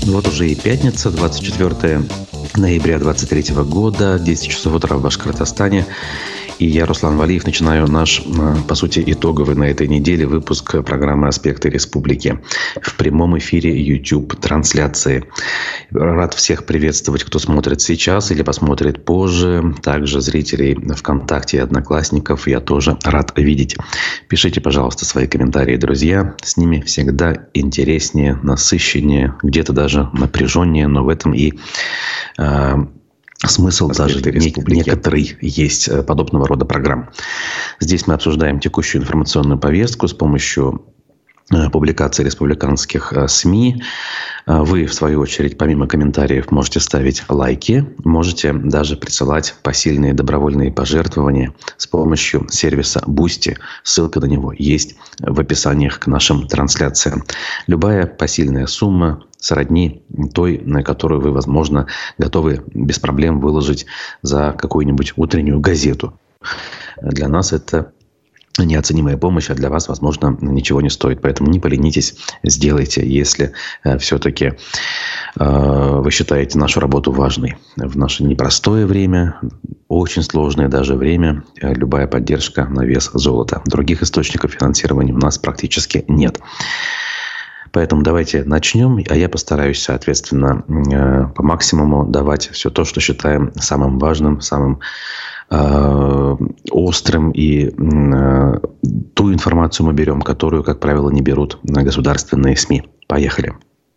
Вот уже и пятница, 24 ноября 2023 года, 10 часов утра в Башкортостане. И я, Руслан Валиев, начинаю наш, по сути, итоговый на этой неделе выпуск программы «Аспекты республики» в прямом эфире YouTube-трансляции. Рад всех приветствовать, кто смотрит сейчас или посмотрит позже. Также зрителей ВКонтакте и Одноклассников я тоже рад видеть. Пишите, пожалуйста, свои комментарии, друзья. С ними всегда интереснее, насыщеннее, где-то даже напряженнее, но в этом и... смысл даже некоторый есть подобного рода программ. Здесь мы обсуждаем текущую информационную повестку с помощью публикаций республиканских СМИ. Вы, в свою очередь, помимо комментариев, можете ставить лайки, можете даже присылать посильные добровольные пожертвования с помощью сервиса Boosty. Ссылка на него есть в описаниях к нашим трансляциям. Любая посильная сумма сродни той, на которую вы, возможно, готовы без проблем выложить за какую-нибудь утреннюю газету. Для нас это неоценимая помощь, а для вас, возможно, ничего не стоит. Поэтому не поленитесь, сделайте, если все-таки вы считаете нашу работу важной. В наше непростое время, очень сложное даже время, любая поддержка на вес золота. Других источников финансирования у нас практически нет. Поэтому давайте начнем, а я постараюсь, соответственно, по максимуму давать все то, что считаем самым важным, самым острым, и ту информацию мы берем, которую, как правило, не берут государственные СМИ. Поехали.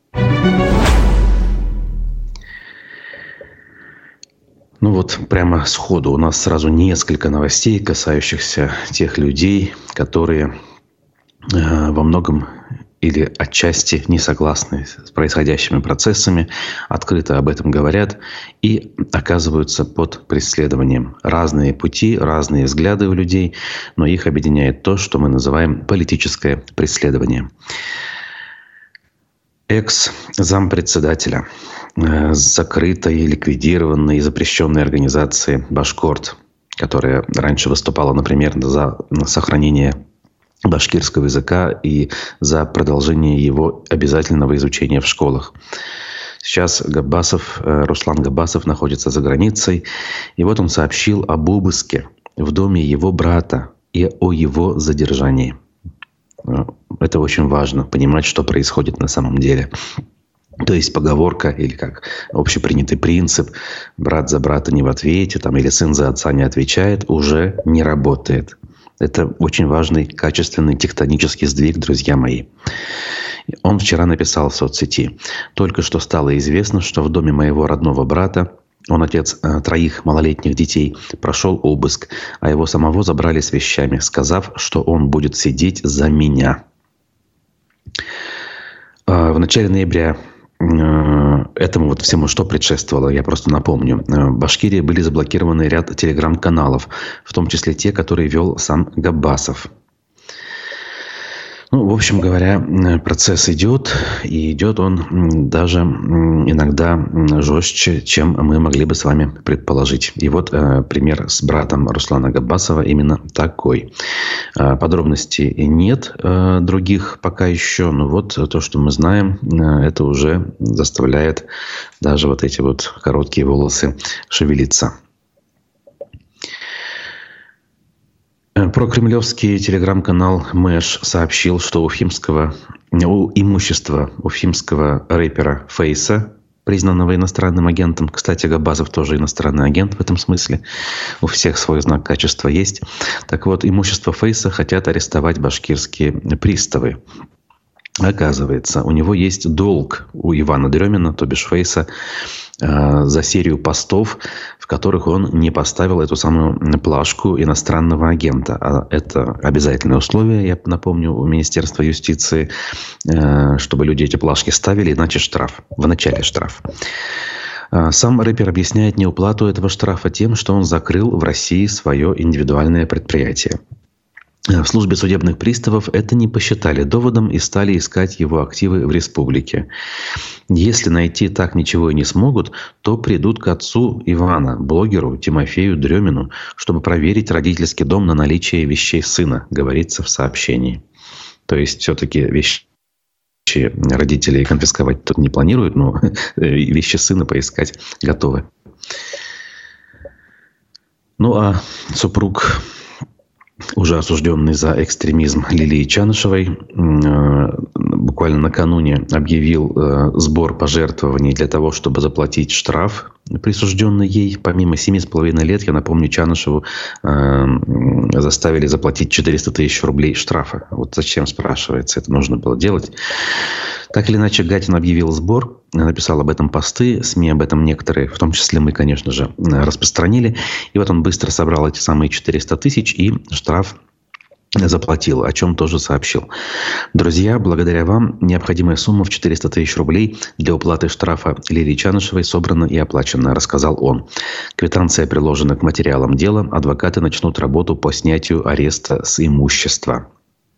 Ну вот прямо сходу у нас сразу несколько новостей, касающихся тех людей, которые во многом или отчасти не согласны с происходящими процессами, открыто об этом говорят и оказываются под преследованием. Разные пути, разные взгляды у людей, но их объединяет то, что мы называем политическое преследование. Экс-зампредседателя закрытой, ликвидированной и запрещенной организации «Башкорт», которая раньше выступала, например, за сохранение башкирского языка и за продолжение его обязательного изучения в школах. Сейчас Руслан Габбасов находится за границей. И вот он сообщил об обыске в доме его брата и о его задержании. Это очень важно, понимать, что происходит на самом деле. То есть поговорка или как общепринятый принцип «брат за брата не в ответе» или «сын за отца не отвечает» уже не работает. Это очень важный, качественный тектонический сдвиг, друзья мои. Он вчера написал в соцсети: «Только что стало известно, что в доме моего родного брата, он отец 3 малолетних детей, прошел обыск, а его самого забрали с вещами, сказав, что он будет сидеть за меня». В начале ноября этому всему, что предшествовало, я просто напомню. В Башкирии были заблокированы ряд телеграм-каналов, в том числе те, которые вел сам Габбасов. В общем говоря, процесс идет, и идет он даже иногда жестче, чем мы могли бы с вами предположить. И вот пример с братом Руслана Габбасова именно такой. Подробностей нет других пока еще, но вот то, что мы знаем, это уже заставляет даже эти короткие волосы шевелиться. Прокремлевский телеграм-канал Мэш сообщил, что имущество уфимского рэпера Фейса, признанного иностранным агентом, кстати, Габбасов тоже иностранный агент в этом смысле, у всех свой знак качества есть. Так вот, имущество Фейса хотят арестовать башкирские приставы. Оказывается, у него есть долг у Ивана Дремина, то бишь Фейса, за серию постов, в которых он не поставил эту самую плашку иностранного агента. А это обязательное условие, я напомню, у Министерства юстиции, чтобы люди эти плашки ставили, иначе штраф. Вначале штраф. Сам рэпер объясняет неуплату этого штрафа тем, что он закрыл в России свое индивидуальное предприятие. В службе судебных приставов это не посчитали доводом и стали искать его активы в республике. Если найти так ничего и не смогут, то придут к отцу Ивана, блогеру Тимофею Дремину, чтобы проверить родительский дом на наличие вещей сына, говорится в сообщении. То есть все-таки вещи родителей конфисковать тут не планируют, но вещи сына поискать готовы. Ну а супруг, уже осужденный за экстремизм, Лилии Чанышевой, буквально накануне объявил сбор пожертвований для того, чтобы заплатить штраф, присужденный ей. Помимо 7,5 лет, я напомню, Чанышеву заставили заплатить 400 тысяч рублей штрафа. Вот зачем, спрашивается, это нужно было делать. Так или иначе, Гатин объявил сбор, написал об этом посты, СМИ об этом некоторые, в том числе мы, конечно же, распространили. И вот он быстро собрал эти самые 400 тысяч и штраф заплатил, о чем тоже сообщил. Друзья, благодаря вам необходимая сумма в 400 тысяч рублей для уплаты штрафа Лилии Чанышевой собрана и оплачена, рассказал он. Квитанция приложена к материалам дела. Адвокаты начнут работу по снятию ареста с имущества.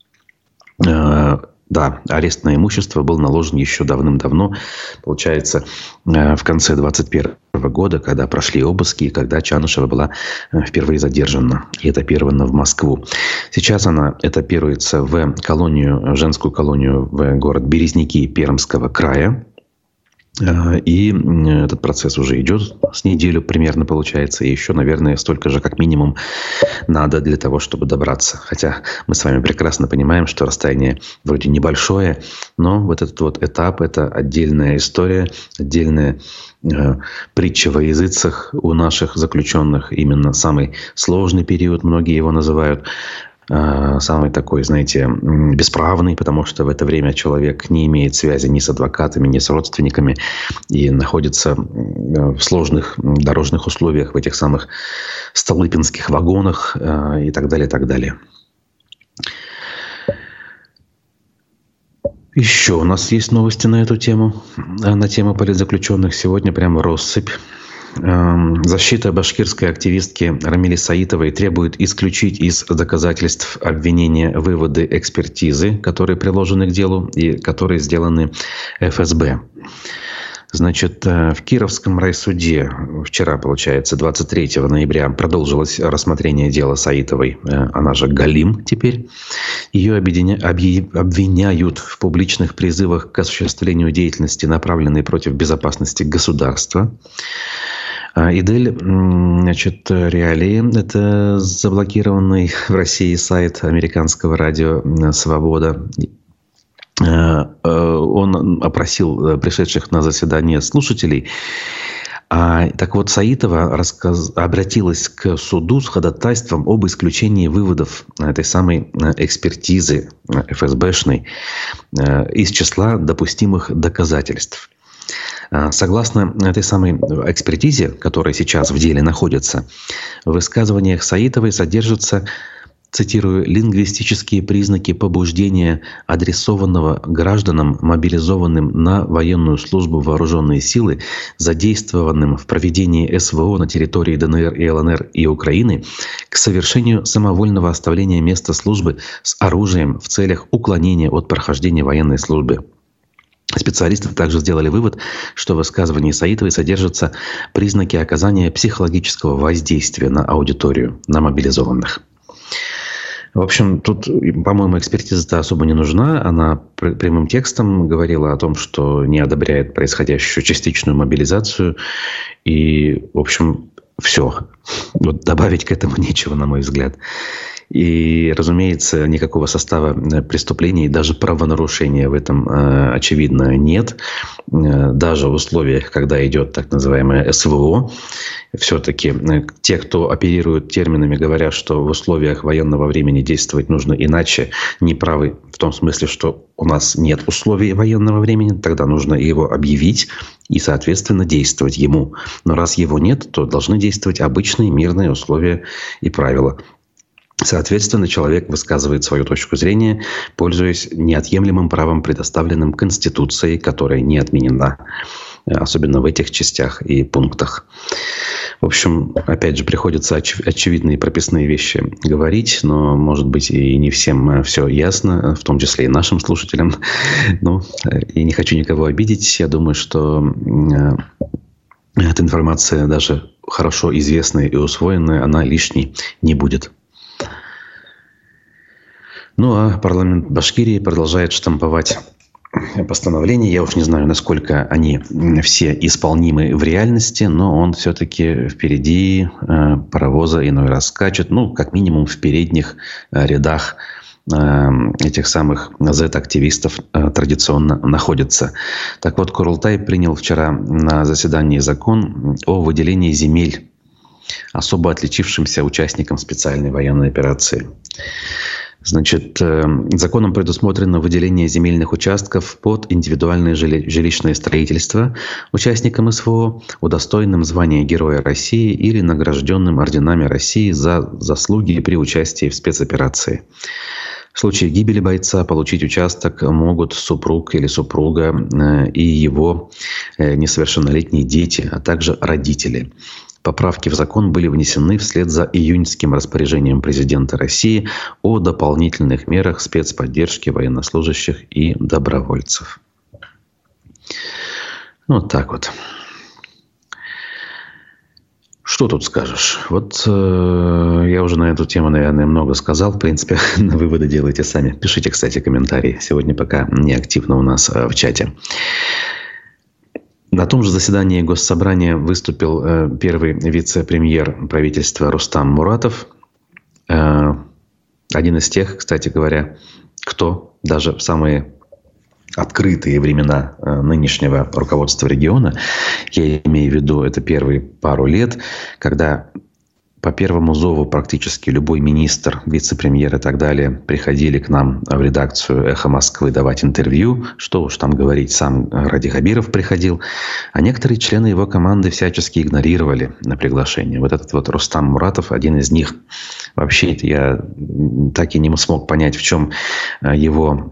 Да, арест на имущество был наложен еще давным-давно, получается, в конце 2021 года, когда прошли обыски, и когда Чанышева была впервые задержана и этапирована в Москву. Сейчас она этапируется в колонию, женскую колонию в город Березники Пермского края. И этот процесс уже идет с неделю примерно, получается. И еще, наверное, столько же, как минимум, надо для того, чтобы добраться. Хотя мы с вами прекрасно понимаем, что расстояние вроде небольшое, но вот этот вот этап – это отдельная история, отдельная притча во языцах у наших заключенных. Именно самый сложный период, многие его называют. Самый такой, знаете, бесправный, потому что в это время человек не имеет связи ни с адвокатами, ни с родственниками и находится в сложных дорожных условиях, в этих самых столыпинских вагонах и так далее, и так далее. Еще у нас есть новости на эту тему, на тему политзаключенных. Сегодня прямо россыпь. Защита башкирской активистки Рамили Саитовой требует исключить из доказательств обвинения выводы экспертизы, которые приложены к делу и которые сделаны ФСБ. Значит, в Кировском райсуде вчера, получается, 23 ноября продолжилось рассмотрение дела Саитовой, она же Галим теперь. Ее обвиняют в публичных призывах к осуществлению деятельности, направленной против безопасности государства. Идель, значит, Реалии, это заблокированный в России сайт американского радио «Свобода». Он опросил пришедших на заседание слушателей. Так вот, Саитова обратилась к суду с ходатайством об исключении выводов этой самой экспертизы ФСБшной из числа допустимых доказательств. Согласно этой самой экспертизе, которая сейчас в деле находится, в высказываниях Саитовой содержатся, цитирую, «лингвистические признаки побуждения, адресованного гражданам, мобилизованным на военную службу в вооруженные силы, задействованным в проведении СВО на территории ДНР и ЛНР и Украины, к совершению самовольного оставления места службы с оружием в целях уклонения от прохождения военной службы». Специалисты также сделали вывод, что в высказывании Саитовой содержатся признаки оказания психологического воздействия на аудиторию, на мобилизованных. В общем, тут, по-моему, экспертиза-то особо не нужна. Она прямым текстом говорила о том, что не одобряет происходящую частичную мобилизацию. И, в общем, все. Вот добавить к этому нечего, на мой взгляд. И, разумеется, никакого состава преступлений, даже правонарушения в этом, очевидно, нет. Даже в условиях, когда идет так называемое СВО, все-таки те, кто оперирует терминами, говорят, что в условиях военного времени действовать нужно иначе, не правы в том смысле, что у нас нет условий военного времени, тогда нужно его объявить и, соответственно, действовать ему. Но раз его нет, то должны действовать обычные мирные условия и правила. Соответственно, человек высказывает свою точку зрения, пользуясь неотъемлемым правом, предоставленным Конституцией, которая не отменена, особенно в этих частях и пунктах. В общем, опять же, приходится очевидные прописные вещи говорить, но, может быть, и не всем все ясно, в том числе и нашим слушателям. Ну, и не хочу никого обидеть. Я думаю, что эта информация, даже хорошо известная и усвоенная, она лишней не будет. Ну а парламент Башкирии продолжает штамповать постановлений. Я уж не знаю, насколько они все исполнимы в реальности, но он все-таки впереди паровоза иной раз скачет, ну, как минимум в передних рядах этих самых Z-активистов традиционно находится. Так вот, Курултай принял вчера на заседании закон о выделении земель особо отличившимся участникам специальной военной операции. Значит, законом предусмотрено выделение земельных участков под индивидуальное жилищное строительство участникам СВО, удостоенным звания Героя России или награжденным орденами России за заслуги при участии в спецоперации. В случае гибели бойца получить участок могут супруг или супруга и его несовершеннолетние дети, а также родители. Поправки в закон были внесены вслед за июньским распоряжением президента России о дополнительных мерах спецподдержки военнослужащих и добровольцев. Вот так вот. Что тут скажешь? Вот я уже на эту тему, наверное, много сказал. В принципе, выводы делайте сами. Пишите, кстати, комментарии. Сегодня пока не активно у нас в чате. На том же заседании Госсобрания выступил первый вице-премьер правительства Рустам Муратов. Один из тех, кстати говоря, кто даже в самые открытые времена нынешнего руководства региона, я имею в виду это первые пару лет, когда по первому зову практически любой министр, вице-премьер и так далее приходили к нам в редакцию «Эхо Москвы» давать интервью. Что уж там говорить, сам Ради Хабиров приходил. А некоторые члены его команды всячески игнорировали на приглашение. Вот этот вот Рустам Муратов, один из них. Вообще я так и не смог понять, в чем его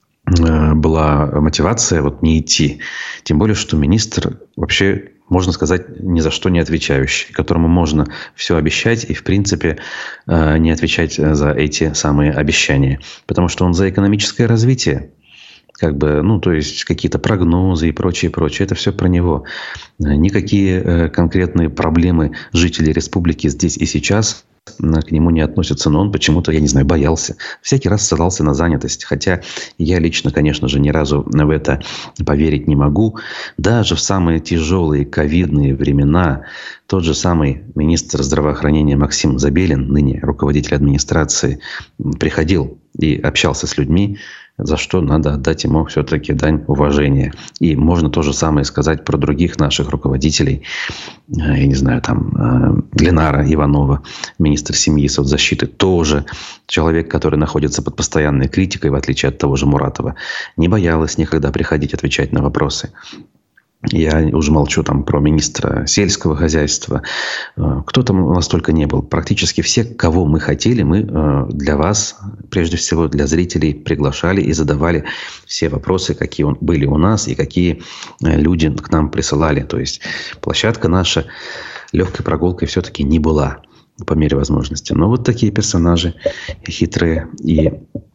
была мотивация вот не идти. Тем более, что министр вообще, можно сказать, ни за что не отвечающий, которому можно все обещать и, в принципе, не отвечать за эти самые обещания. Потому что он за экономическое развитие, то есть какие-то прогнозы и прочее. Это все про него. Никакие конкретные проблемы жителей республики здесь и сейчас к нему не относятся, но он почему-то, я не знаю, боялся. Всякий раз ссылался на занятость. Хотя я лично, конечно же, ни разу в это поверить не могу. Даже в самые тяжелые ковидные времена тот же самый министр здравоохранения Максим Забелин, ныне руководитель администрации, приходил и общался с людьми, за что надо отдать ему все-таки дань уважения. И можно то же самое сказать про других наших руководителей. Я не знаю, Ленара Иванова, министр семьи и соцзащиты, тоже человек, который находится под постоянной критикой, в отличие от того же Муратова, не боялась никогда приходить отвечать на вопросы. Я уже молчу про министра сельского хозяйства. Кто там у нас только не был. Практически все, кого мы хотели, мы для вас, прежде всего для зрителей, приглашали и задавали все вопросы, какие были у нас и какие люди к нам присылали. То есть площадка наша легкой прогулкой все-таки не была по мере возможности. Но вот такие персонажи хитрые и,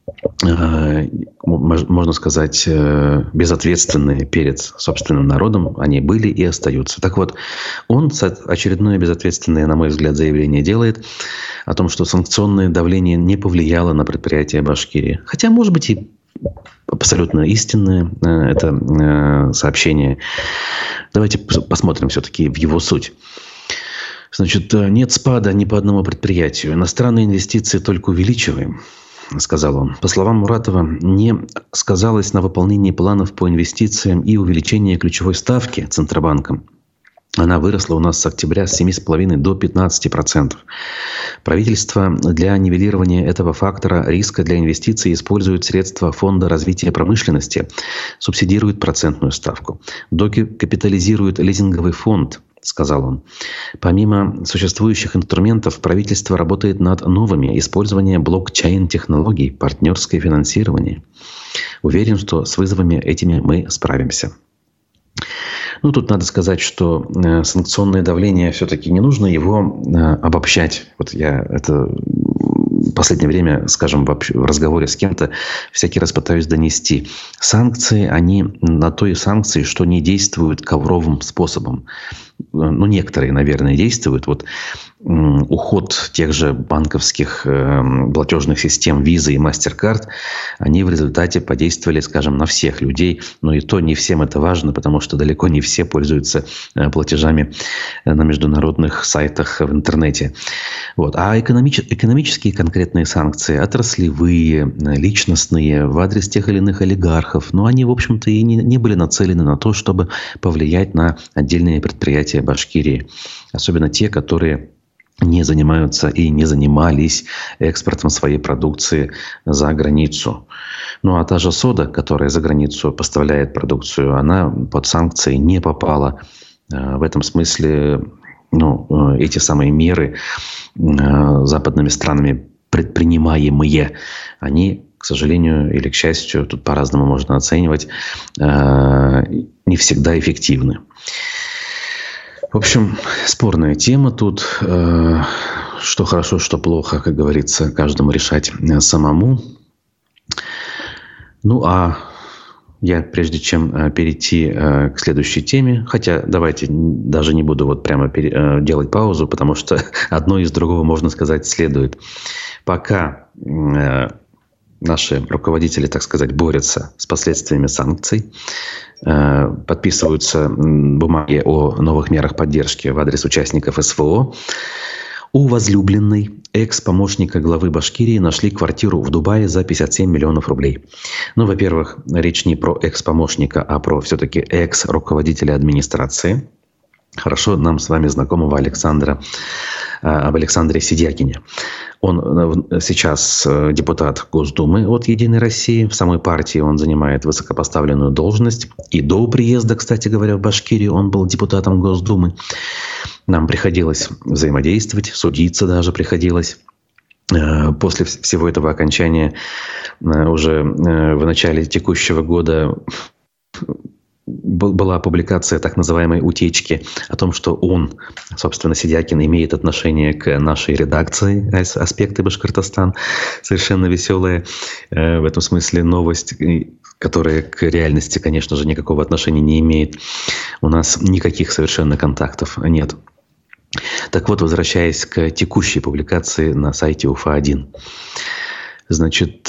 можно сказать, безответственные перед собственным народом, они были и остаются. Так вот, он очередное безответственное, на мой взгляд, заявление делает о том, что санкционное давление не повлияло на предприятия Башкирии. Хотя, может быть, и абсолютно истинное это сообщение. Давайте посмотрим все-таки в его суть. Значит, нет спада ни по одному предприятию. Иностранные инвестиции только увеличиваем, сказал он. По словам Муратова, не сказалось на выполнении планов по инвестициям и увеличении ключевой ставки Центробанком. Она выросла у нас с октября с 7,5% до 15%. Правительство для нивелирования этого фактора риска для инвестиций использует средства Фонда развития промышленности, субсидирует процентную ставку, докапитализирует лизинговый фонд, сказал он. Помимо существующих инструментов, правительство работает над новыми. Использование блокчейн-технологий, партнерское финансирование. Уверен, что с вызовами этими мы справимся. Тут надо сказать, что санкционное давление все-таки не нужно его обобщать. Вот я это в последнее время, скажем, в разговоре с кем-то всякий раз пытаюсь донести. Санкции, они на то и санкции, что не действуют ковровым способом. Некоторые, наверное, действуют. Вот уход тех же банковских платежных систем Visa и MasterCard, они в результате подействовали, скажем, на всех людей. Но и то не всем это важно, потому что далеко не все пользуются платежами на международных сайтах в интернете. Вот. А экономические конкретные санкции, отраслевые, личностные, в адрес тех или иных олигархов, но они, в общем-то, и не были нацелены на то, чтобы повлиять на отдельные предприятия Башкирии. Особенно те, которые не занимаются и не занимались экспортом своей продукции за границу. Ну а та же сода, которая за границу поставляет продукцию, она под санкции не попала. В этом смысле эти самые меры западными странами предпринимаемые, они, к сожалению или к счастью, тут по-разному можно оценивать, не всегда эффективны. В общем, спорная тема тут. Что хорошо, что плохо, как говорится, каждому решать самому. Ну, а я, прежде чем перейти к следующей теме, хотя давайте даже не буду вот прямо делать паузу, потому что одно из другого, можно сказать, следует. Пока наши руководители, так сказать, борются с последствиями санкций, подписываются бумаги о новых мерах поддержки в адрес участников СВО, у возлюбленной экс-помощника главы Башкирии нашли квартиру в Дубае за 57 миллионов рублей. Ну, во-первых, речь не про экс-помощника, а про все-таки экс-руководителя администрации. Хорошо нам с вами знакомого об Александре Сидякине. Он сейчас депутат Госдумы от «Единой России». В самой партии он занимает высокопоставленную должность. И до приезда, кстати говоря, в Башкирию он был депутатом Госдумы. Нам приходилось взаимодействовать, судиться даже приходилось. После всего этого окончания уже в начале текущего года была публикация так называемой утечки о том, что он, собственно, Сидякин, имеет отношение к нашей редакции «Аспекты Башкортостан». Совершенно веселая в этом смысле новость, которая к реальности, конечно же, никакого отношения не имеет. У нас никаких совершенно контактов нет. Так вот, возвращаясь к текущей публикации на сайте УФА-1. Значит,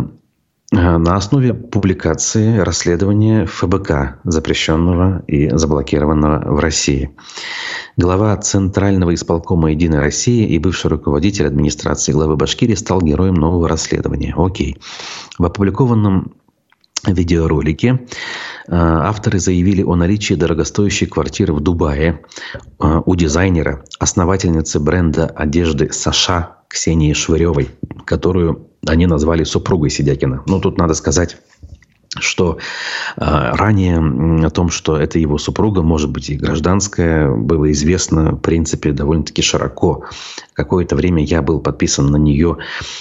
на основе публикации расследования ФБК, запрещенного и заблокированного в России. Глава Центрального исполкома «Единой России» и бывший руководитель администрации главы Башкирии стал героем нового расследования. Окей. В опубликованном видеоролике авторы заявили о наличии дорогостоящей квартиры в Дубае у дизайнера, основательницы бренда одежды «Саша» Ксении Швыревой, которую они назвали супругой Сидякина. Ну, тут надо сказать, что ранее о том, что это его супруга, может быть и гражданская, было известно, в принципе, довольно-таки широко. Какое-то время я был подписан на нее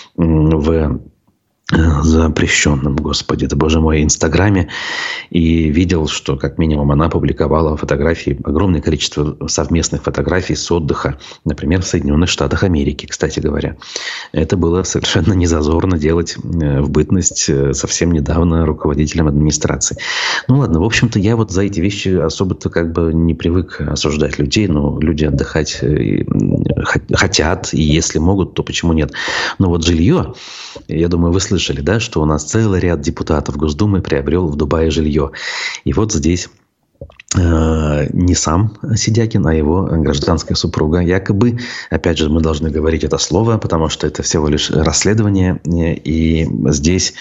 в запрещенном, господи, да боже мой, Инстаграме, и видел, что как минимум она публиковала фотографии, огромное количество совместных фотографий с отдыха, например, в Соединенных Штатах Америки, кстати говоря. Это было совершенно незазорно делать в бытность совсем недавно руководителем администрации. Ну ладно, в общем-то, я вот за эти вещи особо-то как бы не привык осуждать людей, но люди отдыхать хотят, и если могут, то почему нет? Но вот жилье, я думаю, вы слышали, да, что у нас целый ряд депутатов Госдумы приобрел в Дубае жилье. И вот здесь не сам Сидякин, а его гражданская супруга. Якобы, опять же, мы должны говорить это слово, потому что это всего лишь расследование, и здесь,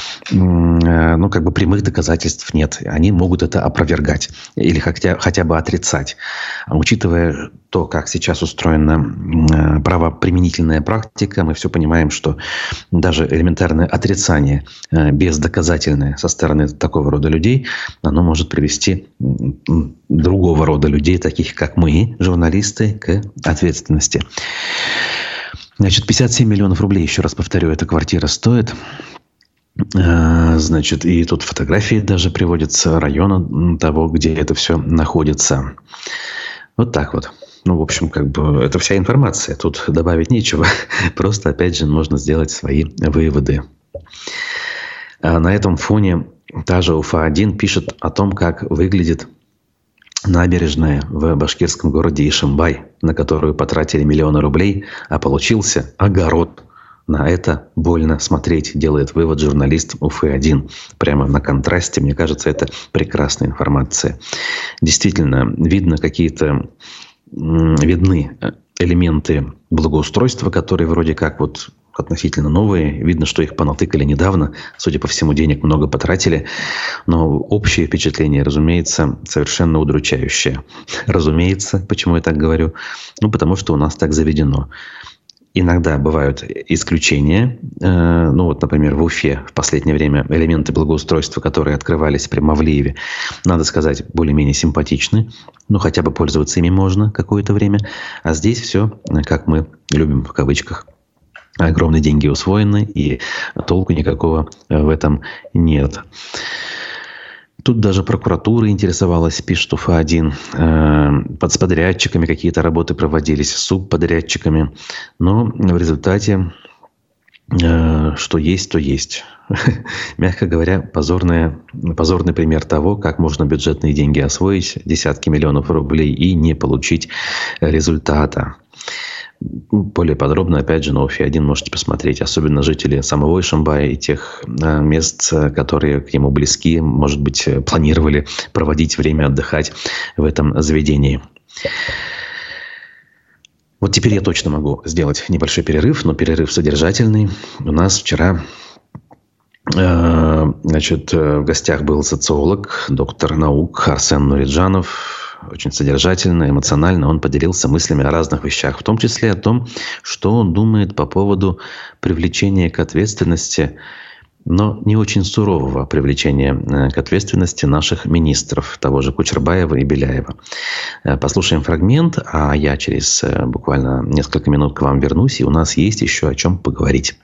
как бы прямых доказательств нет. Они могут это опровергать или хотя бы отрицать. А учитывая то, как сейчас устроена правоприменительная практика, мы все понимаем, что даже элементарное отрицание бездоказательное со стороны такого рода людей, оно может привести другого рода людей, таких как мы, журналисты, к ответственности. Значит, 57 миллионов рублей, еще раз повторю, эта квартира стоит. Значит, и тут фотографии даже приводятся района того, где это все находится. Вот так вот. Ну, в общем, как бы это вся информация. Тут добавить нечего. Просто, опять же, можно сделать свои выводы. На этом фоне та же УФА-1 пишет о том, как выглядит набережная в башкирском городе Ишимбай, на которую потратили миллионы рублей, а получился огород. На это больно смотреть, делает вывод журналист Уфы-1. Прямо на контрасте, мне кажется, это прекрасная информация. Действительно, видны элементы благоустройства, которые вроде как вот относительно новые. Видно, что их понатыкали недавно. Судя по всему, денег много потратили. Но общее впечатление, разумеется, совершенно удручающее. Разумеется, почему я так говорю? Потому что у нас так заведено. Иногда бывают исключения. Например, в Уфе в последнее время элементы благоустройства, которые открывались при Мавлиеве, надо сказать, более-менее симпатичны. Хотя бы пользоваться ими можно какое-то время. А здесь все, как мы любим в кавычках. Огромные деньги усвоены, и толку никакого в этом нет. Тут даже прокуратура интересовалась, пишет Уфа-1. С подрядчиками какие-то работы проводились, с субподрядчиками. Но в результате, что есть, то есть. Мягко говоря, позорный пример того, как можно бюджетные деньги освоить, десятки миллионов рублей, и не получить результата. Более подробно, опять же, на Уфе-1 можете посмотреть. Особенно жители самого Ишимбая и тех мест, которые к нему близки, может быть, планировали проводить время, отдыхать в этом заведении. Вот теперь я точно могу сделать небольшой перерыв, но перерыв содержательный. У нас вчера в гостях был социолог, доктор наук Арсен Нуриджанов. Очень содержательно, эмоционально он поделился мыслями о разных вещах, в том числе о том, что он думает по поводу привлечения к ответственности, но не очень сурового привлечения к ответственности наших министров, того же Кучербаева и Беляева. Послушаем фрагмент, а я через буквально несколько минут к вам вернусь, и у нас есть еще о чем поговорить.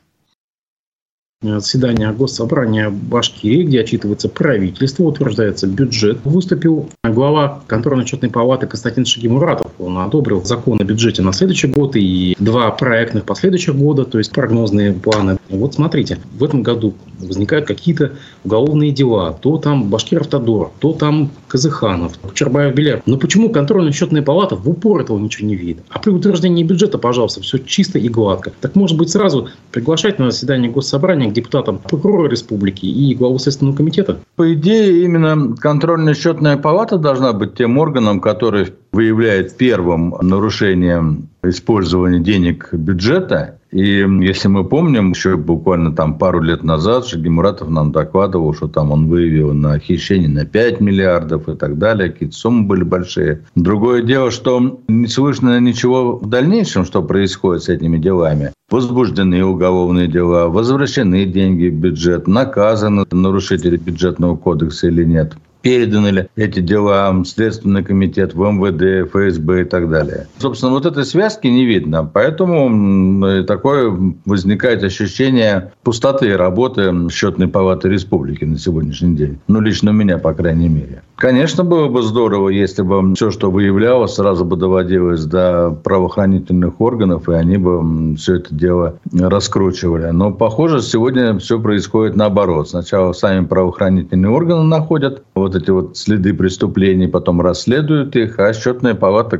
Заседание Госсобрания Башкирии, где отчитывается правительство, утверждается бюджет. Выступил глава контрольно-отчетной палаты Константин Шагимуратов. Он одобрил закон о бюджете на следующий год и 2 проектных последующих года, то есть прогнозные планы. Вот смотрите, в этом году возникают какие-то уголовные дела. То там Башкир-Автодор, то там Казыханов, Кучербаев, Беляев. Но почему контрольно-отчетная палата в упор этого ничего не видит? А при утверждении бюджета, пожалуйста, все чисто и гладко. Так может быть сразу приглашать на заседание Госсобрания к депутатам прокурора республики и главу Следственного комитета? По идее, именно контрольно-счетная палата должна быть тем органом, который выявляет первым нарушением использования денег бюджета. И если мы помним, еще буквально пару лет назад Шагимуратов нам докладывал, что там он выявил на хищение на 5 миллиардов и так далее. Какие-то суммы были большие. Другое дело, что не слышно ничего в дальнейшем, что происходит с этими делами. Возбуждены уголовные дела, возвращены деньги в бюджет, наказаны нарушители бюджетного кодекса или нет. Переданы ли эти дела в Следственный комитет, в МВД, ФСБ и так далее. Собственно, вот этой связки не видно. Поэтому такое возникает ощущение пустоты работы Счетной палаты республики на сегодняшний день. Лично у меня, по крайней мере. Конечно, было бы здорово, если бы все, что выявлялось, сразу бы доводилось до правоохранительных органов, и они бы все это дело раскручивали. Но, похоже, сегодня все происходит наоборот. Сначала сами правоохранительные органы находят эти следы преступлений, потом расследуют их, а Счетная палата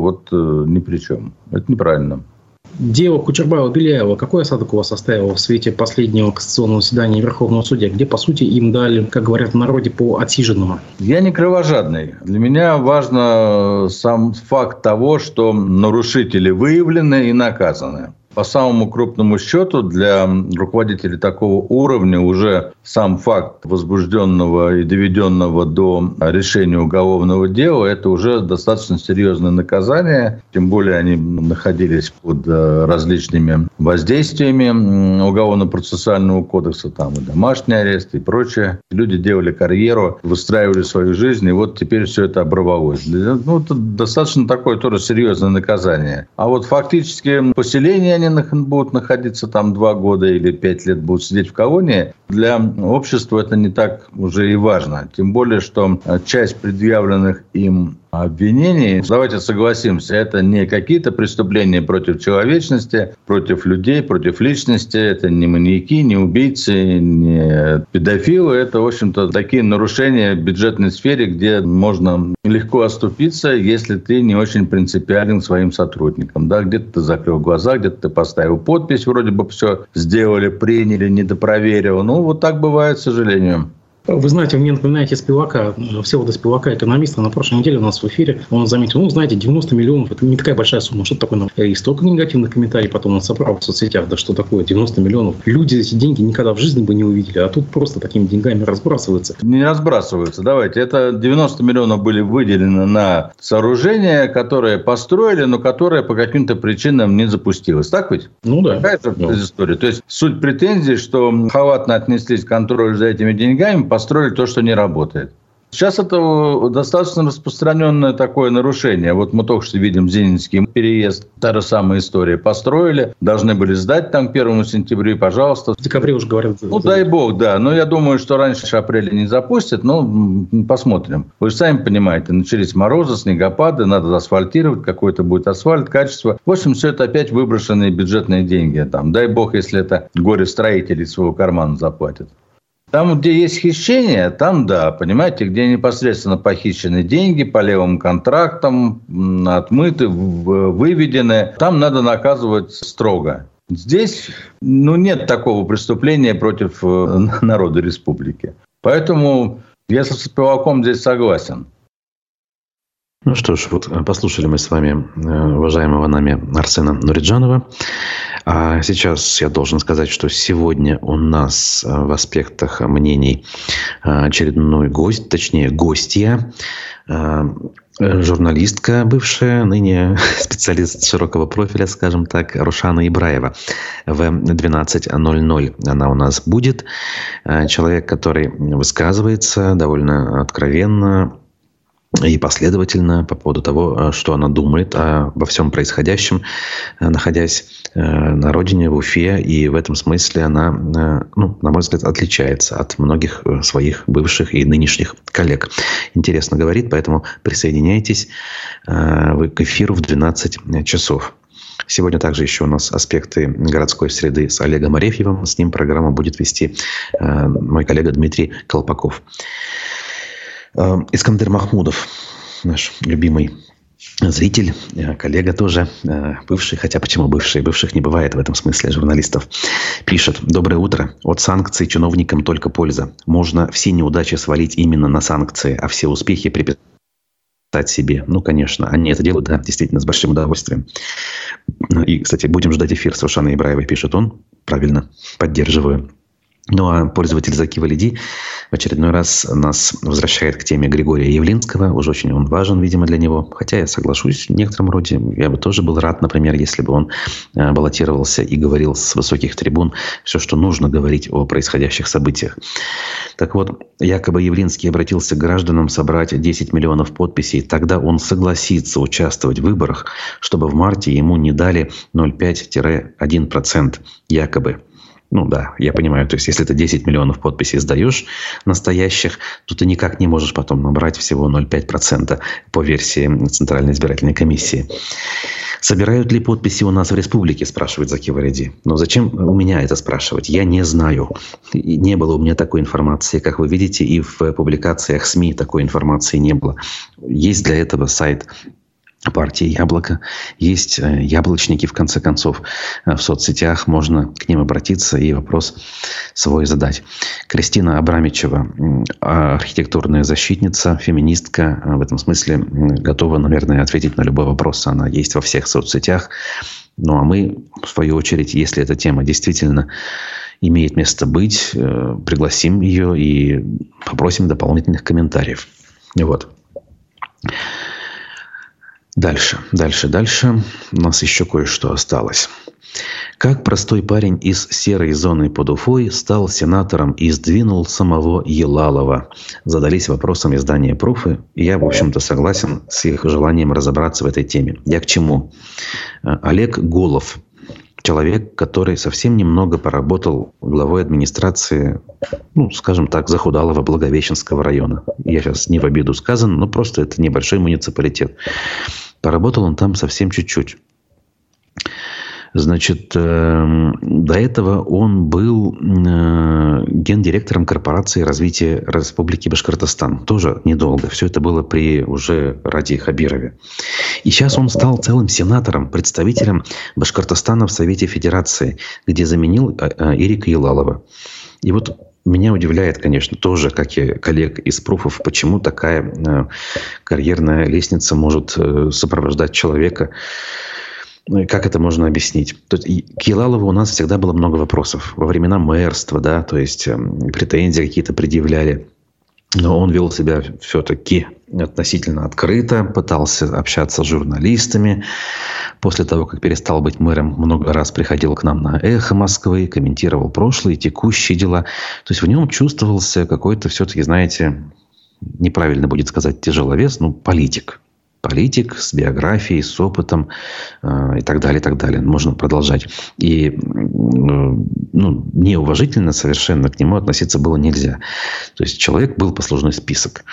ни при чем. Это неправильно. Дело Кучербаева-Беляева, какой осадок у вас оставило в свете последнего кассационного заседания Верховного судьи, где, по сути, им дали, как говорят в народе, по отсиженному? Я не кровожадный. Для меня важно сам факт того, что нарушители выявлены и наказаны. По самому крупному счету для руководителей такого уровня уже сам факт возбужденного и доведенного до решения уголовного дела – это уже достаточно серьезное наказание. Тем более они находились под различными воздействиями Уголовно-процессуального кодекса, там и домашний арест и прочее. Люди делали карьеру, выстраивали свою жизнь, и вот теперь все это оборвалось. Это достаточно такое тоже серьезное наказание. А вот фактически поселение они будут находиться 2 года или 5 лет будут сидеть в колонии, для общества это не так уже и важно. Тем более, что часть предъявленных им обвинений. Давайте согласимся, это не какие-то преступления против человечности, против людей, против личности. Это не маньяки, не убийцы, не педофилы. Это, в общем-то, такие нарушения в бюджетной сфере, где можно легко оступиться, если ты не очень принципиален своим сотрудникам. Да, где-то ты закрыл глаза, где-то ты поставил подпись, вроде бы все сделали, приняли, недопроверил. Ну, вот так бывает, к сожалению. Вы знаете, вы мне напоминаете Спивака, Всеволода Спивака, экономиста. На прошлой неделе у нас в эфире он заметил, знаете, 90 миллионов – это не такая большая сумма. Что такое? И столько негативных комментариев потом он собрал в соцсетях. Да что такое 90 миллионов? Люди эти деньги никогда в жизни бы не увидели, а тут просто такими деньгами разбрасываются. Не разбрасываются, давайте. Это 90 миллионов были выделены на сооружение, которое построили, но которое по каким-то причинам не запустилось. Так ведь? Ну да. Такая же история. То есть суть претензий, что халатно отнеслись к контролю за этими деньгами, построили то, что не работает. Сейчас это достаточно распространенное такое нарушение. Вот мы только что видим Зенинский переезд. Та же самая история. Построили, должны были сдать там к 1 сентября, пожалуйста. В декабре уже говорят. Ну, дай бог, да. Но я думаю, что раньше апреля не запустят. Но посмотрим. Вы же сами понимаете, начались морозы, снегопады, надо асфальтировать, какой-то будет асфальт, качество. В общем, все это опять выброшенные бюджетные деньги. Там, дай бог, если это горе-строители из своего кармана заплатят. Там, где есть хищение, там да, понимаете, где непосредственно похищены деньги по левым контрактам, отмыты, выведены, там надо наказывать строго. Здесь нет такого преступления против народа республики. Поэтому я со Спиваком здесь согласен. Ну что ж, вот послушали мы с вами уважаемого нами Арсена Нуриджанова. А сейчас я должен сказать, что сегодня у нас в аспектах мнений очередной гость, точнее гостья, журналистка бывшая, ныне специалист широкого профиля, скажем так, Рушана Ибраева. В 12:00 она у нас будет. Человек, который высказывается довольно откровенно и последовательно по поводу того, что она думает обо всем происходящем, находясь на родине, в Уфе. И в этом смысле она, на мой взгляд, отличается от многих своих бывших и нынешних коллег. Интересно говорит, поэтому присоединяйтесь к эфиру в 12 часов. Сегодня также еще у нас аспекты городской среды с Олегом Арефьевым. С ним программу будет вести мой коллега Дмитрий Колпаков. Искандер Махмудов, наш любимый зритель, коллега тоже, бывший, хотя почему бывший? Бывших не бывает в этом смысле журналистов. Пишет: «Доброе утро. От санкций чиновникам только польза. Можно все неудачи свалить именно на санкции, а все успехи приписать себе». Ну, конечно, они это делают, да, действительно, с большим удовольствием. И, кстати, будем ждать эфир с Рушаной Ибраевой, пишет он. Правильно, поддерживаю. Ну, а пользователь Заки Валиди в очередной раз нас возвращает к теме Григория Явлинского. Уж очень он важен, видимо, для него. Хотя я соглашусь в некотором роде. Я бы тоже был рад, например, если бы он баллотировался и говорил с высоких трибун все, что нужно говорить о происходящих событиях. Так вот, якобы Явлинский обратился к гражданам собрать 10 миллионов подписей. Тогда он согласится участвовать в выборах, чтобы в марте ему не дали 0,5-1%. Якобы. Ну да, я понимаю, то есть если ты 10 миллионов подписей сдаешь настоящих, то ты никак не можешь потом набрать всего 0,5% по версии Центральной избирательной комиссии. Собирают ли подписи у нас в республике, спрашивает Заки Валиди. Но зачем у меня это спрашивать? Я не знаю. Не было у меня такой информации. Как вы видите, и в публикациях СМИ такой информации не было. Есть для этого сайт партии «Яблоко». Есть яблочники, в конце концов, в соцсетях. Можно к ним обратиться и вопрос свой задать. Кристина Абрамичева, архитектурная защитница, феминистка. В этом смысле готова, наверное, ответить на любой вопрос. Она есть во всех соцсетях. Ну, а мы, в свою очередь, если эта тема действительно имеет место быть, пригласим ее и попросим дополнительных комментариев. Вот. Дальше. У нас еще кое-что осталось. Как простой парень из серой зоны под Уфой стал сенатором и сдвинул самого Елалова? Задались вопросом издания «Пруфы». И я, в общем-то, согласен с их желанием разобраться в этой теме. Я к чему? Олег Голов человек, который совсем немного поработал главой администрации, скажем так, захудалого Благовещенского района. Я сейчас не в обиду сказан, но просто это небольшой муниципалитет. Поработал он там совсем чуть-чуть. Значит, до этого он был гендиректором корпорации развития Республики Башкортостан. Тоже недолго. Все это было при уже Ради Хабирове. И сейчас он стал целым сенатором, представителем Башкортостана в Совете Федерации, где заменил Ирика Елалова. И вот меня удивляет, конечно, тоже, как и коллег из пруфов, почему такая карьерная лестница может сопровождать человека. Как это можно объяснить? То есть, к Елалову у нас всегда было много вопросов. Во времена мэрства, да, то есть претензии какие-то предъявляли. Но он вел себя все-таки относительно открыто, пытался общаться с журналистами. После того, как перестал быть мэром, много раз приходил к нам на «Эхо Москвы», комментировал прошлые, текущие дела. То есть в нем чувствовался какой-то все-таки, знаете, неправильно будет сказать тяжеловес, политик. Политик с биографией, с опытом и так далее, и так далее. Можно продолжать. И неуважительно совершенно к нему относиться было нельзя. То есть человек был послужной список.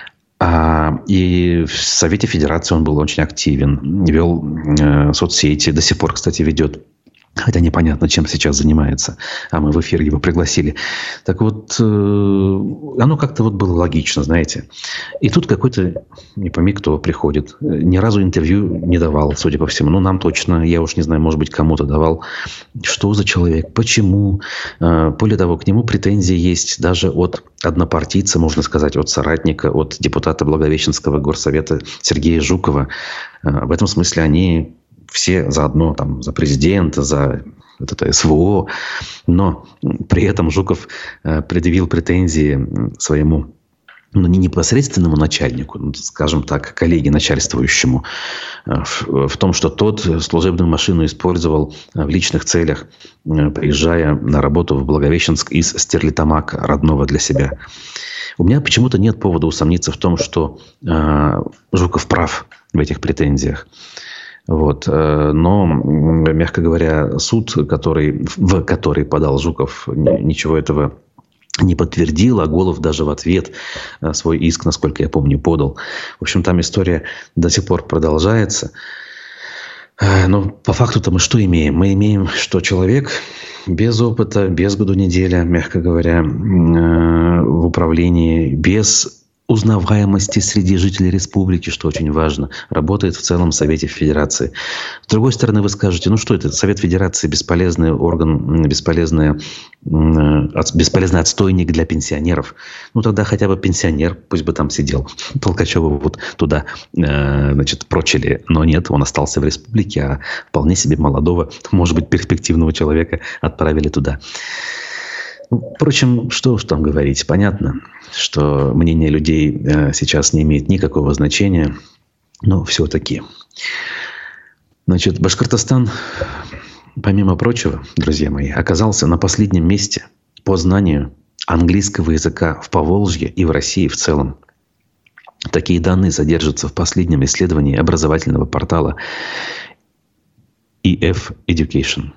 И в Совете Федерации он был очень активен. Вел соцсети. До сих пор, кстати, ведет. Хотя непонятно, чем сейчас занимается. А мы в эфир его пригласили. Так вот, оно как-то было логично, знаете. И тут какой-то, не пойми, кто приходит. Ни разу интервью не давал, судя по всему. Нам точно, я уж не знаю, может быть, кому-то давал. Что за человек? Почему? Более того, к нему претензии есть даже от однопартийца, можно сказать, от соратника, от депутата Благовещенского горсовета Сергея Жукова. В этом смысле они... все заодно за президента, за СВО. Но при этом Жуков предъявил претензии своему не непосредственному начальнику, скажем так, коллеге начальствующему, в том, что тот служебную машину использовал в личных целях, приезжая на работу в Благовещенск из Стерлитамака, родного для себя. У меня почему-то нет повода усомниться в том, что Жуков прав в этих претензиях. Но, мягко говоря, суд, в который подал Жуков, ничего этого не подтвердил, а Голов даже в ответ свой иск, насколько я помню, подал. В общем, там история до сих пор продолжается. Но по факту-то мы что имеем? Мы имеем, что человек без опыта, без году неделя, мягко говоря, в управлении, без узнаваемости среди жителей республики, что очень важно, работает в целом Совете Федерации. С другой стороны, вы скажете, что это? Совет Федерации бесполезный орган, бесполезный отстойник для пенсионеров. Тогда хотя бы пенсионер, пусть бы там сидел. Толкачева туда, прочили. Но нет, он остался в республике, а вполне себе молодого, может быть, перспективного человека отправили туда. Впрочем, что уж там говорить. Понятно, что мнение людей сейчас не имеет никакого значения. Но все-таки. Башкортостан, помимо прочего, друзья мои, оказался на последнем месте по знанию английского языка в Поволжье и в России в целом. Такие данные содержатся в последнем исследовании образовательного портала EF Education.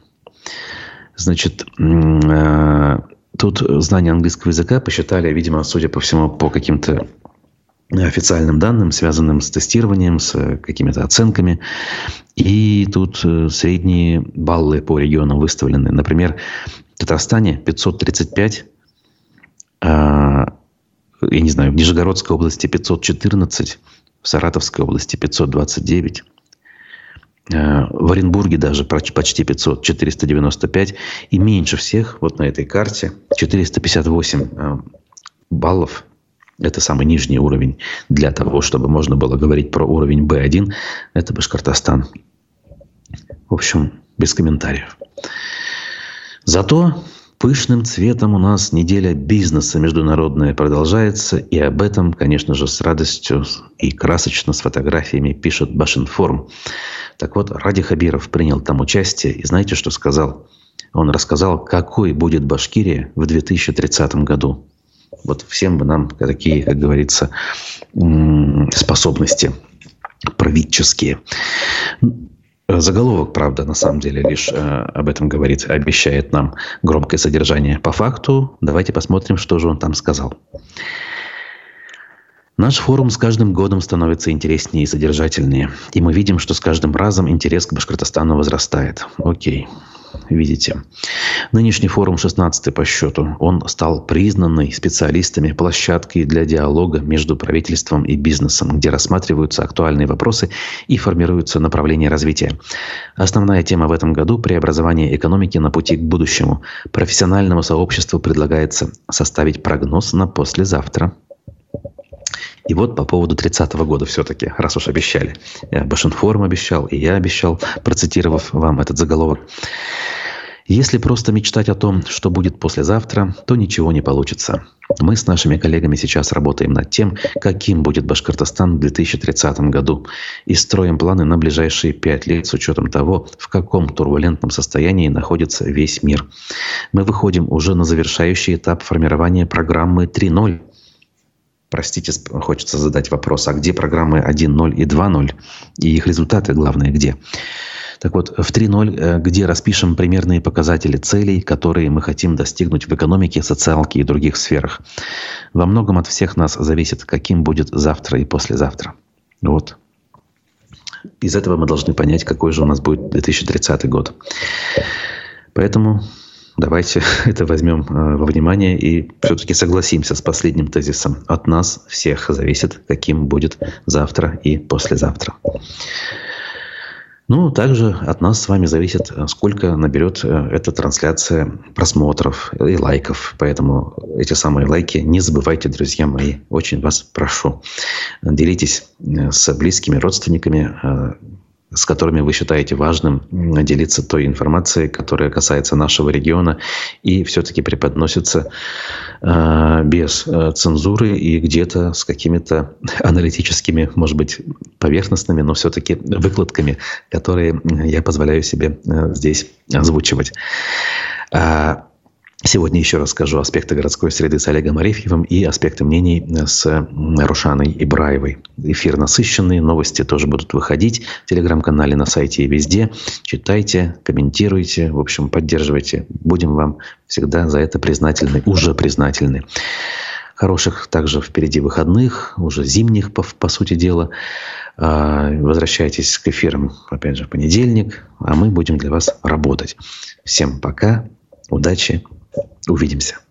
Тут знание английского языка посчитали, видимо, судя по всему, по каким-то официальным данным, связанным с тестированием, с какими-то оценками. И тут средние баллы по регионам выставлены. Например, в Татарстане 535, в Нижегородской области 514, в Саратовской области 529. В Оренбурге даже почти 500, 495. И меньше всех на этой карте 458 баллов. Это самый нижний уровень для того, чтобы можно было говорить про уровень B1. Это Башкортостан. В общем, без комментариев. Зато пышным цветом у нас неделя бизнеса международная продолжается. И об этом, конечно же, с радостью и красочно с фотографиями пишет Башинформ. Так вот, Ради Хабиров принял там участие. И знаете, что сказал? Он рассказал, какой будет Башкирия в 2030 году. Всем бы нам такие, как говорится, способности правительские. Заголовок, правда, на самом деле лишь об этом говорит, обещает нам громкое содержание. По факту, давайте посмотрим, что же он там сказал. Наш форум с каждым годом становится интереснее и содержательнее. И мы видим, что с каждым разом интерес к Башкортостану возрастает. Окей. Видите. Нынешний форум 16-й по счету. Он стал признанной специалистами площадкой для диалога между правительством и бизнесом, где рассматриваются актуальные вопросы и формируются направления развития. Основная тема в этом году – преобразование экономики на пути к будущему. Профессиональному сообществу предлагается составить прогноз на послезавтра. И вот по поводу 30-го года все-таки, раз уж обещали. Башинформ обещал, и я обещал, процитировав вам этот заголовок. Если просто мечтать о том, что будет послезавтра, то ничего не получится. Мы с нашими коллегами сейчас работаем над тем, каким будет Башкортостан в 2030 году. И строим планы на ближайшие 5 лет с учетом того, в каком турбулентном состоянии находится весь мир. Мы выходим уже на завершающий этап формирования программы 3.0. Простите, хочется задать вопрос, а где программы 1.0 и 2.0? И их результаты, главное, где? Так вот, в 3.0, где распишем примерные показатели целей, которые мы хотим достигнуть в экономике, социалке и других сферах. Во многом от всех нас зависит, каким будет завтра и послезавтра. Вот. Из этого мы должны понять, какой же у нас будет 2030 год. Поэтому давайте это возьмем во внимание и все-таки согласимся с последним тезисом. От нас всех зависит, каким будет завтра и послезавтра. Ну, также от нас с вами зависит, сколько наберет эта трансляция просмотров и лайков. Поэтому эти самые лайки не забывайте, друзья мои. Очень вас прошу. Делитесь с близкими, родственниками, с которыми вы считаете важным делиться той информацией, которая касается нашего региона и все-таки преподносится без цензуры и где-то с какими-то аналитическими, может быть, поверхностными, но все-таки выкладками, которые я позволяю себе здесь озвучивать. Сегодня еще раз скажу аспекты городской среды с Олегом Арефьевым и аспекты мнений с Рушаной Ибраевой. Эфир насыщенный, новости тоже будут выходить в телеграм-канале, на сайте и везде. Читайте, комментируйте, в общем, поддерживайте. Будем вам всегда за это признательны, уже признательны. Хороших также впереди выходных, уже зимних, по сути дела. Возвращайтесь к эфирам, опять же, в понедельник, а мы будем для вас работать. Всем пока, удачи. Увидимся.